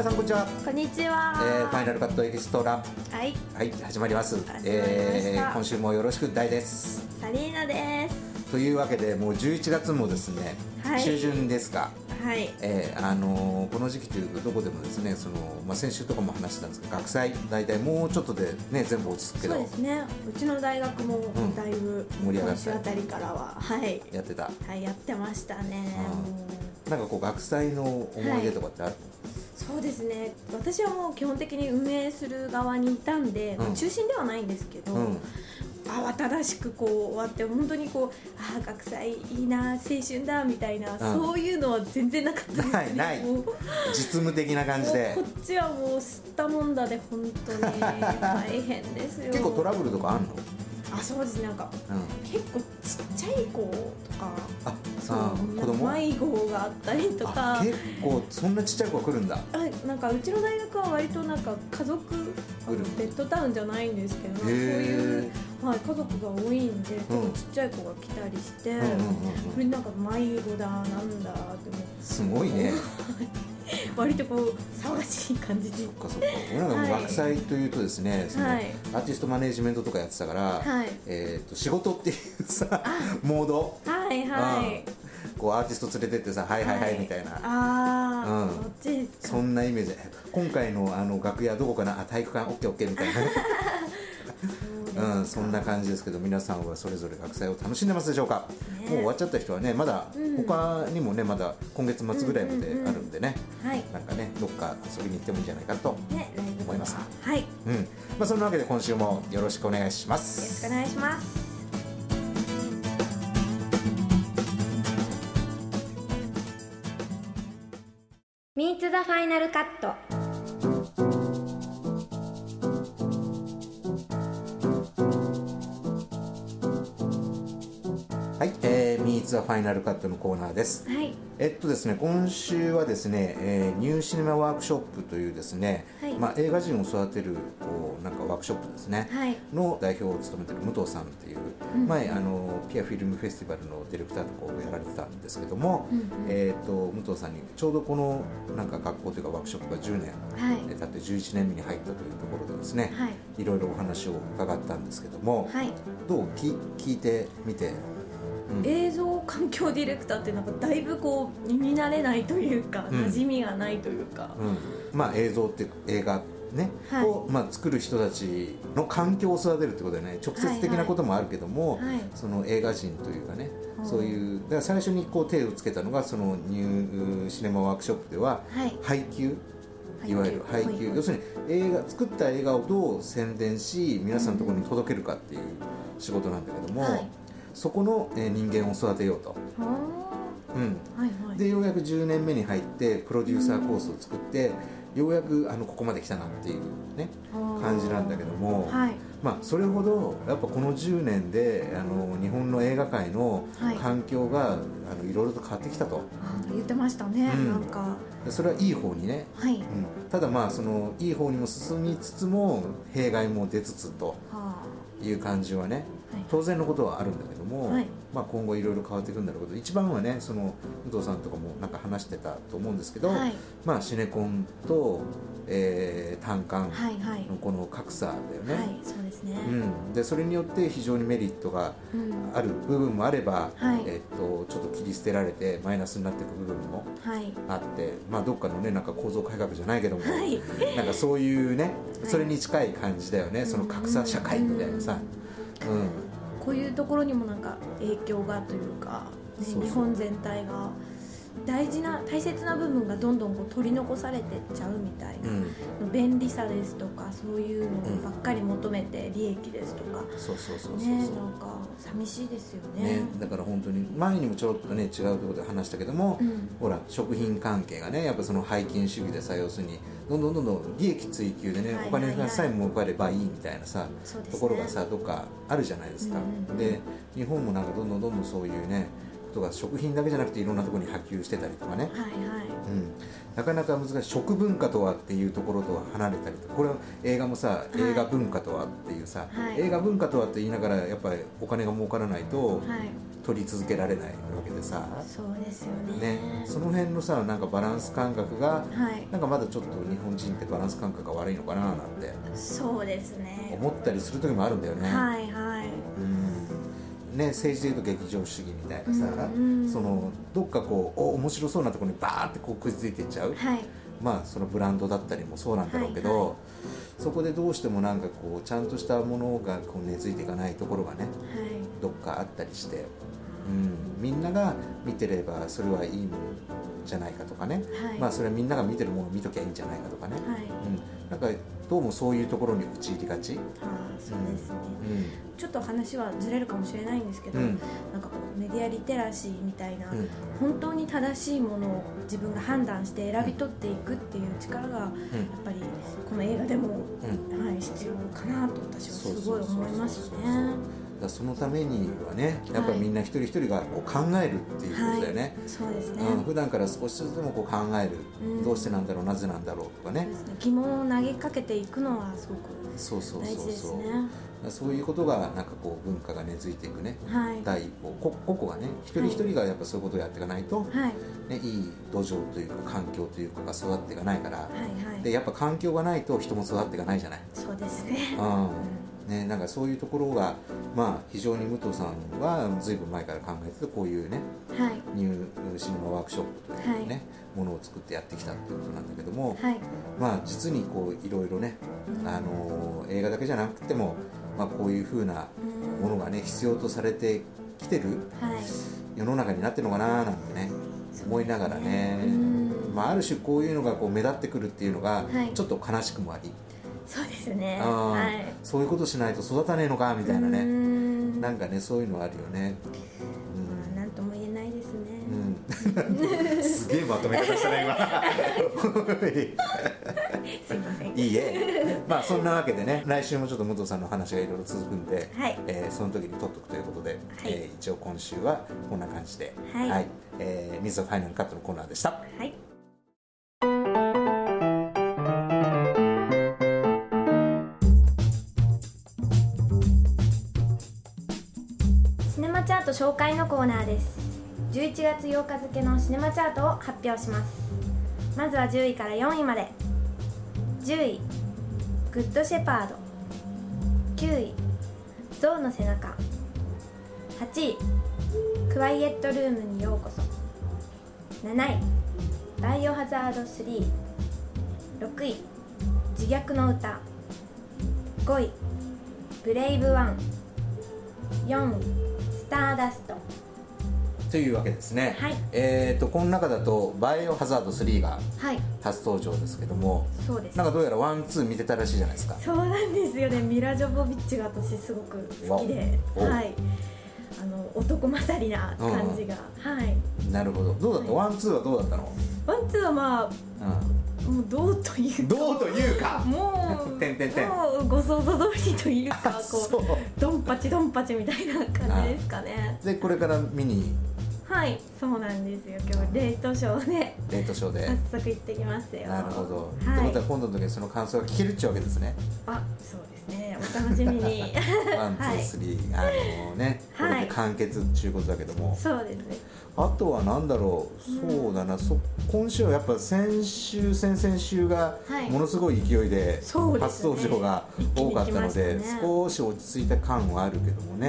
さんこんにちは。 こんにちは。 ファイナルカットエキストラ、 はい、 はい、始まります。 始まりました。 今週もよろしく、大です。 サリーナです。 というわけで、もう11月もですね、 はい、 中旬ですか。 はい、 この時期というとどこでもですね、先週とかも話したんですけど、学祭大体もうちょっとでね全部落ち着くけど、 そうですね。うちの大学もだいぶ、 盛り上がって今週あたりからは、はい、 やってた。 はい、やってましたね。 なんかこう学祭の思い出とかってある？ そうですね。私はもう基本的に運営する側にいたんで、中心ではないんですけど、慌ただしくこう終わって、本当にこう学祭いいな、青春だみたいな、そういうのは全然なかったですね。 ない実務的な感じで。 こっちはもう吸ったもんだで本当に大変ですよ。 結構トラブルとかあんの？ そうですね。なんか、結構ちっちゃい子とか、 子供迷子があったりとか。 結構そんなちっちゃい子が来るんだ。 なんかうちの大学は割となんか家族ベッドタウンじゃないんですけど、そういう、家族が多いんで、ちっちゃい子が来たりして、それなんか迷子だなんだって思って、 すごいね。 割とこう騒がしい感じで。 そっか。俺なんか学祭というとですね、アーティストマネージメントとかやってたから、仕事っていうさモード、こうアーティスト連れてってさ、はいみたいな、 そっちですか。 そんなイメージ。今回の楽屋どこかな、体育館、オッケーみたいなそんな感じですけど、皆さんはそれぞれ学祭を楽しんでますでしょうか？もう終わっちゃった人はね、まだ他にもね、まだ今月末ぐらいまであるんでね、なんかね、どっか遊びに行ってもいいんじゃないかと思います。そんなわけで今週もよろしくお願いします。 よろしくお願いします。Meet the Final Cut。 はい、Meet the Final Cut のコーナーです。ですね、今週はですね、ニューシネマワークショップというですね、映画人を育てるこうなんかワークショップですね、の代表を務めている武藤さんっていう、前ピアフィルムフェスティバルのディレクターとこうやられてたんですけども、武藤さんにちょうどこのなんか学校というかワークショップが10年経って11年目に入ったというところでですね、いろいろお話を伺ったんですけども、どう聞いてみて？ 映像環境ディレクターってなんかだいぶこう耳慣れないというか、馴染みがないというか、 映像って映画ね、を作る人たちの環境を育てるってことでね、直接的なこともあるけども、その映画人というかね、そういうだから最初にこう手をつけたのがそのニューシネマワークショップでは、配給、いわゆる配給、要するに作った映画をどう宣伝し皆さんのところに届けるかっていう仕事なんだけども、そこの人間を育てようと。でようやく10年目に入ってプロデューサーコースを作って、ようやくここまで来たなっていうね感じなんだけども、それほどやっぱこの10年で日本の映画界の環境がいろいろと変わってきたと言ってましたね。なんかそれはいい方にね、ただそのいい方にも進みつつも弊害も出つつという感じはね、当然のことはあるんだけども、今後いろいろ変わっていくんだろうけど、一番はね、その武藤さんとかもなんか話してたと思うんですけど、シネコンと、単館のこの格差だよね。 そうですね。 でそれによって非常にメリットがある部分もあれば、ちょっと切り捨てられてマイナスになっていく部分もあって、どっかのねなんか構造改革じゃないけども、なんかそういうね、それに近い感じだよね、その格差社会みたいなさ。 こういうところにもなんか影響がというか、日本全体が大切な部分がどんどんこう取り残されてっちゃうみたいな、便利さですとかそういうのばっかり求めて利益ですとか、なんか寂しいですよね。 だから本当に前にもちょっとね違うところで話したけども、ほら食品関係がね、やっぱその拝金主義でさ、要するにどんどん利益追求でね、お金がさえ儲かればいいみたいなさ、ところがさどっかあるじゃないですか。で日本もなんかどんどんそういうねことが食品だけじゃなくていろんなところに波及してたりとかね、なかなか難しい。食文化とはっていうところとは離れたりとか、これは映画もさ、映画文化とはっていうさ、映画文化とはって言いながらやっぱりお金が儲からないと、 撮り続けられないわけでさ。 そうですよね。 その辺のさなんかバランス感覚が、 はい、 なんかまだちょっと日本人ってバランス感覚が悪いのかななんてそうですね思ったりする時もあるんだよね。 はいはい。 ね、政治でいうと劇場主義みたいなさ、そのどっかこう面白そうなところにバーってこう食いついていっちゃう、 はい、 まあそのブランドだったりもそうなんだろうけど、はいはい、そこでどうしてもなんかこうちゃんとしたものがこう根付いていかないところがね、はい、どっかあったりして、みんなが見てればそれはいいものじゃないかとかね、はい、まあそれはみんなが見てるものを見ときゃいいんじゃないかとかね、はい、なんかどうもそういうところに陥りがち。 そうですね、ちょっと話はずれるかもしれないんですけど、なんかこうメディアリテラシーみたいな、本当に正しいものを自分が判断して選び取っていくっていう力が、やっぱりこの映画でも、はい、必要かなと私はすごい思いますね。 そのためにはね、やっぱりみんな一人一人がこう考えるっていうことだよね、はい、 そうですね、 普段から少しずつでもこう考える、どうしてなんだろう、なぜなんだろうとかね、 疑問を投げかけていくのはすごく大事ですね。 そういうことがなんかこう文化が根付いていくね、はい、第一歩、個々がね一人一人がやっぱそういうことをやっていかないと、はいね、いい土壌というか環境というかが育っていかないから、はいはい、でやっぱ環境がないと人も育っていかないじゃない。 そうですね、 ね、なんかそういうところが、まあ、非常に武藤さんはずいぶん前から考えててこういうね、はい、ニューシネマワークショップというね、はい、ものを作ってやってきたっていうことなんだけども、はい、まあ実にこういろいろね、映画だけじゃなくても、まあ、こういうふうなものがね必要とされてきてる世の中になってるのかななんてね思いながらね、まあ、ある種こういうのがこう目立ってくるっていうのがちょっと悲しくもあり、 そうですね、はい、 そういうことしないと育たねえのかみたいなね、なんかねそういうのあるよね。 なんとも言えないですね、 すげえまとめ方したね今すいません。 いいえ、まあそんなわけでね、来週もちょっと武藤さんの話がいろいろ続くんで、はい、その時に撮っとくということで、はい、一応今週はこんな感じで、はいはい、水野ファイナルカットのコーナーでした。はい、 シネマチャート紹介のコーナーです。11月8日付のシネマチャートを発表します。まずは10位から4位まで。10位グッドシェパード、9位象の背中、8位クワイエットルームにようこそ、7位バイオハザード3、6位自虐の歌、5位ブレイブワン、4位スターダストというわけですね、はい、この中だとバイオハザード3が初登場ですけども、はい、そうです、なんかどうやらワンツー見てたらしいじゃないですか。 そうなんですよね。ミラ・ジョボビッチが私すごく好きで、はい、男勝りな感じが、はい、 なるほど。どうだった、ワンツーはどうだったの？ ワンツーはまあ、もうどうというかもうもうご想像通りというかこうドンパチドンパチみたいな感じですかね。 でこれから見に、 はい、そうなんですよ。今日レートショーで早速行ってきますよ。なるほど、はい、ということは今度の時にその感想が聞けるっちゅうわけですね。 あ、そうですね、お楽しみにワンツースリーね、これで完結っていうことだけども、 そうですね。 あとはなんだろう、そうだな、今週はやっぱ先週先々週がものすごい勢いで初登場が多かったので、少し落ち着いた感はあるけどもね、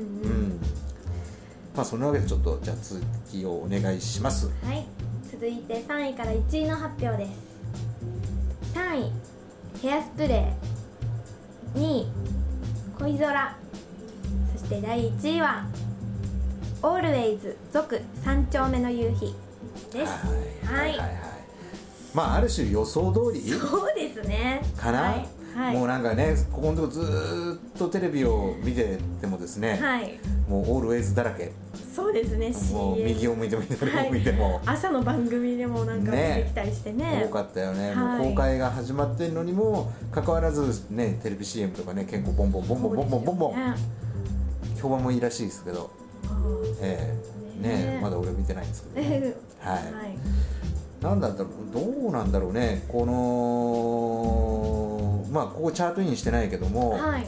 まあそんなわけでちょっとじゃあ続きをお願いします。 はい、続いて3位から1位の発表です。3位ヘアスプレー、2位恋空、そして第1位はオールウェイズ続三丁目の夕日です。はい、 まあある種予想通り、 そうですねかな、はいはい、もうなんかね、ここのとこずっとテレビを見ててもですね、はい、もうオールウェイズだらけ。 そうですね、 もう右を向いても左を向いても、 はい、朝の番組でもなんか出てきたりしてね、 多かったよね、はい、もう公開が始まってるのにもかかわらずね、テレビ CM とかね、結構ボンボンボンボンボンボンボンボン、ね、評判もいいらしいですけど、ね、まだ俺見てないんですけど、ね、はい、はい、なんだろう、どうなんだろうね、このまあここチャートインしてないけども、はい、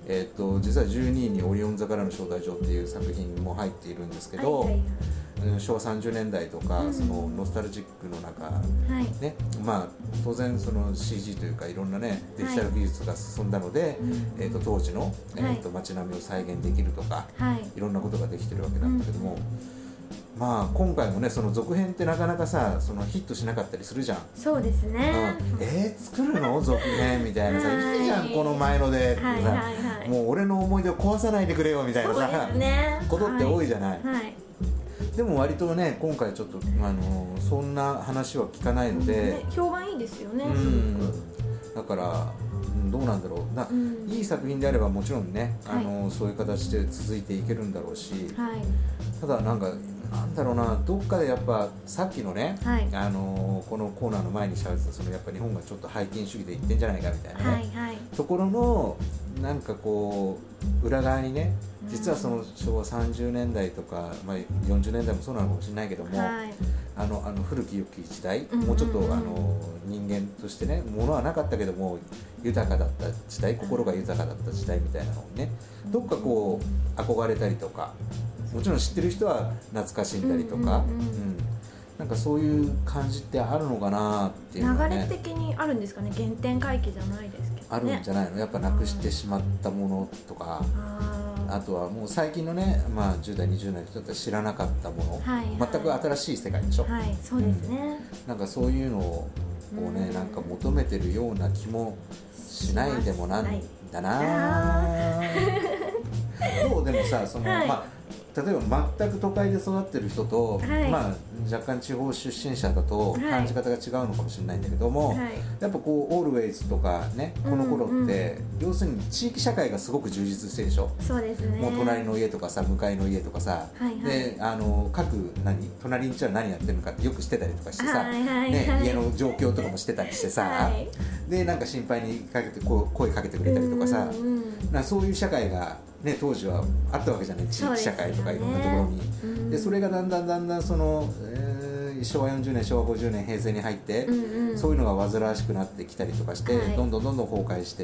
実は12位にオリオン座からの招待状っていう作品も入っているんですけど、昭和30年代とか、そのノスタルジックの中、ね、まあ当然その CG というかいろんなねデジタル技術が進んだので、当時の、街並みを再現できるとか、いろんなことができてるわけなんだけども、まあ今回もねその続編ってなかなかさそのヒットしなかったりするじゃん。 そうですね、 作るの続編みたいなさ、いいじゃんこの前のでってさ、もう俺の思い出を壊さないでくれよみたいなさ、ことって多いじゃない。でも割とね今回ちょっとそんな話は聞かないので、 評判いいですよね。 だからどうなんだろういい作品であればもちろんねそういう形で続いていけるんだろうし、ただなんだろうな、どっかでやっぱさっきのね、このコーナーの前にしゃべってたそのやっぱ日本がちょっと拝金主義で言ってんじゃないかみたいなね、ところのなんかこう裏側にね、実はその昭和30年代とか、まあ、40年代もそうなのかもしれないけども、古き良き時代、もうちょっと人間としてね物はなかったけども豊かだった時代、心が豊かだった時代みたいなのをね、どっかこう憧れたりとか、もちろん知ってる人は懐かしんだりとか、なんかそういう感じってあるのかなっていうのはね、 流れ的にあるんですかね。原点回帰じゃないですけどね、 あるんじゃないの。やっぱなくしてしまったものとか、あとはもう最近のね、まあ、10代20代の人だったら知らなかったもの、全く新しい世界でしょ。 そうですね、 なんかそういうのをこうね、なんか求めてるような気もしないでもなんだな。どうでもさその、まあ例えば全く都会で育ってる人と、まあ、若干地方出身者だと感じ方が違うのかもしれないんだけども、やっぱこうオールウェイズとかね、この頃って、要するに地域社会がすごく充実してるでしょ。 そうですね。 もう隣の家とかさ、向かいの家とかさ、で隣に家は何やってるのかってよく知ってたりとかしてさ、家の状況とかもしてたりしてさ、でなんか心配にかけて声かけてくれたりとかさ、そういう社会がね、当時はあったわけじゃない、地域社会とかいろんなところに。でそれがだんだんその、昭和40年昭和50年平成に入って、そういうのが煩わしくなってきたりとかして、どんどん崩壊していって、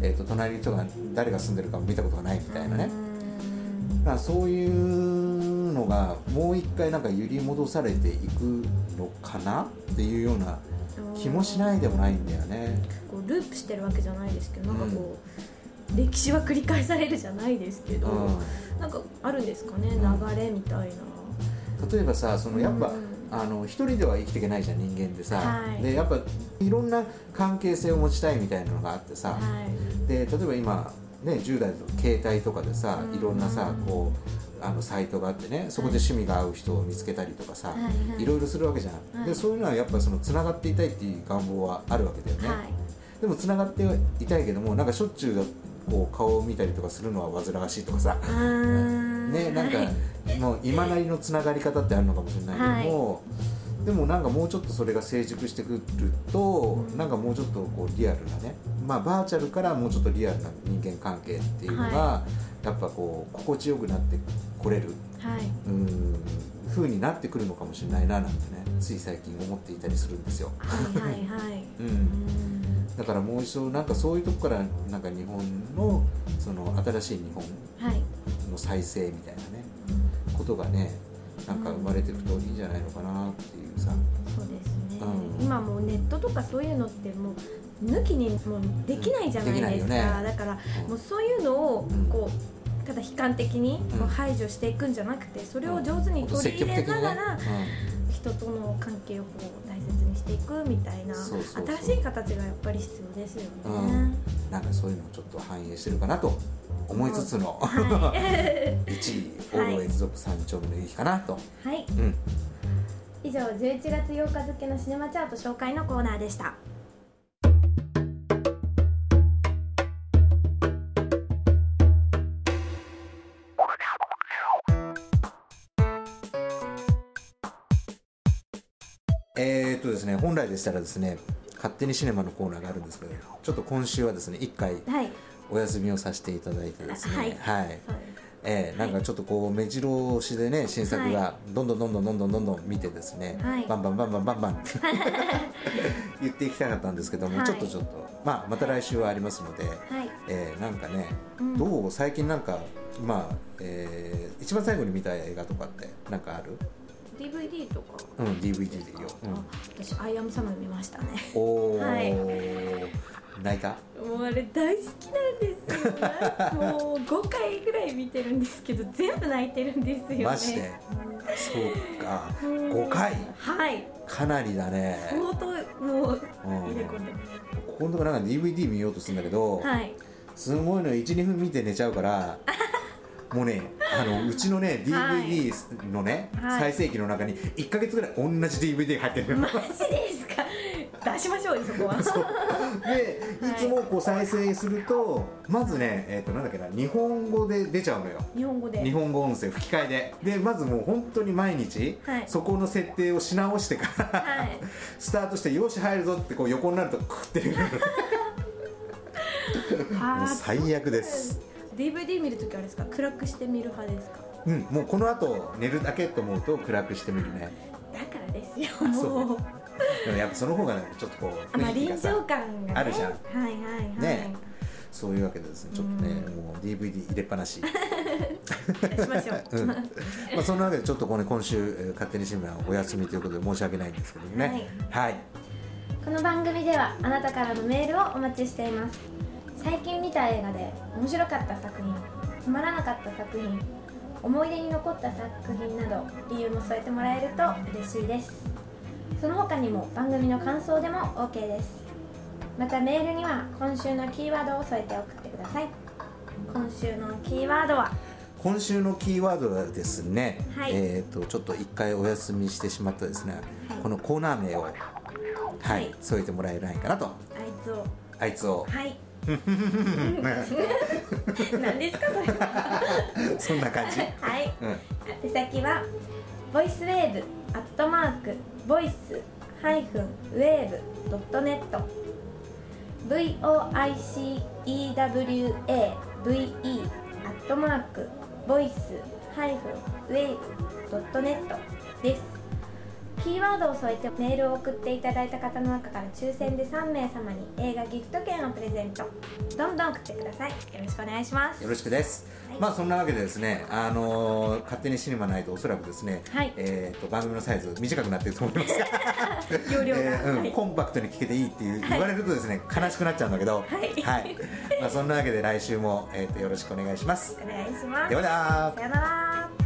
隣の人が誰が住んでるかも見たことがないみたいなね、だからそういうのがもう一回なんか揺り戻されていくのかなっていうような気もしないでもないんだよね。 こうループしてるわけじゃないですけど、なんかこう、歴史は繰り返されるじゃないですけど、なんかあるんですかね、流れみたいな。 例えばさ、そのやっぱ、一人では生きていけないじゃん人間ってさ、でやっぱいろんな関係性を持ちたいみたいなのがあってさ、で例えば今、ね、10代だと携帯とかでさ、いろんなさこうサイトがあってね、そこで趣味が合う人を見つけたりとかさ、いろいろするわけじゃん。でそういうのはやっぱそのつながっていたいっていう願望はあるわけだよね。でもつながっていたいけども、なんかしょっちゅうこう顔を見たりとかするのは煩わしいとかさ、ね、なんかもう今なりのつながり方ってあるのかもしれないけども、でもなんかもうちょっとそれが成熟してくると、なんかもうちょっとこうリアルなね、まあバーチャルからもうちょっとリアルな人間関係っていうのが、やっぱこう心地よくなってこれる、風になってくるのかもしれないななんてね、つい最近思っていたりするんですよ。だからもう一度なんかそういうとこからなんか日本のその新しい日本の再生みたいなね、ことがね、なんか生まれていくといいんじゃないのかなっていうさ。 そうですね、今もうネットとかそういうのってもう抜きにもうできないじゃないですか、だからもうそういうのをこうただ悲観的に排除していくんじゃなくて、それを上手に取り入れながら人との関係をこう大切にしていくみたいな、新しい形がやっぱり必要ですよね。 なんかそういうのをちょっと反映してるかなと思いつつの1位オールウェイズ族3丁目の夕日かなと。 以上11月8日付のシネマチャート紹介のコーナーでした。 ですね、本来でしたらですね、勝手にシネマのコーナーがあるんですけど、ちょっと今週はですね1回お休みをさせていただいてですね、なんかちょっとこう目白押しでね、新作がどんどん見てですね、バンバン言っていきたかったんですけども、ちょっとまた来週はありますので、 なんかね、どう最近なんかまあ、一番最後に見た映画とかってなんかある？ DVD とか。 DVD でいいよ。 私アイアムサム見ましたね。 はい。泣いた？ もうあれ大好きなんですよ。もう5回ぐらい見てるんですけど全部泣いてるんですよね。 マジで？そうか。5回？ はい。 かなりだね。 相当もう入れ込んでます。 ここのところなんか DVD 見ようとするんだけど、すごいの 1,2 分見て寝ちゃうからもうね、うちのね DVD のね、再生機の中に1ヶ月ぐらい同じ DVD が入ってる。 マジですか？出しましょうよそこは。 でいつもこう再生するとまずね、なんだっけな、日本語で出ちゃうのよ。日本語音声吹き替えでまずもう本当に毎日、そこの設定をし直してから、スタートしてよし入るぞってこう横になるとクッてもう最悪です。 DVD 見るときあれですか、暗くして見る派ですか？ もうこの後寝るだけと思うと暗くしてみるね。 だからですよ。もうでもやっぱその方がちょっとこう雰囲気がさ、 臨場感が、ね、 あるじゃん。 ね、 そういうわけでですね、ちょっとね、もう DVD 入れっぱなし。しましょう。 まあそんなわけでちょっとこの今週勝手に新聞はお休みということで申し訳ないんですけどね。はい。 この番組ではあなたからのメールをお待ちしています。最近見た映画で面白かった作品、つまらなかった作品、思い出に残った作品など理由も添えてもらえると嬉しいです。その他にも番組の感想でも OK です。またメールには今週のキーワードを添えて送ってください。今週のキーワードはですね、ちょっと一回お休みしてしまったですね、このコーナー名を、添えてもらえないかなと。あいつを何ですかそれは。 そんな感じ。 宛先はvoiceweave@voice-wave.net voicewave@voice-wave.net です。キーワードを添えてメールを送っていただいた方の中から抽選で3名様に映画ギフト券をプレゼント。どんどん送ってください。よろしくお願いします。 よろしくです。まあそんなわけでですね、勝手にシネマないとおそらくですね、番組のサイズ短くなっていると思いますが容量が、 コンパクトに聞けていいって言われるとですね、悲しくなっちゃうんだけど、まあそんなわけで来週も、よろしくお願いします。 お願いします。 ではさよなら。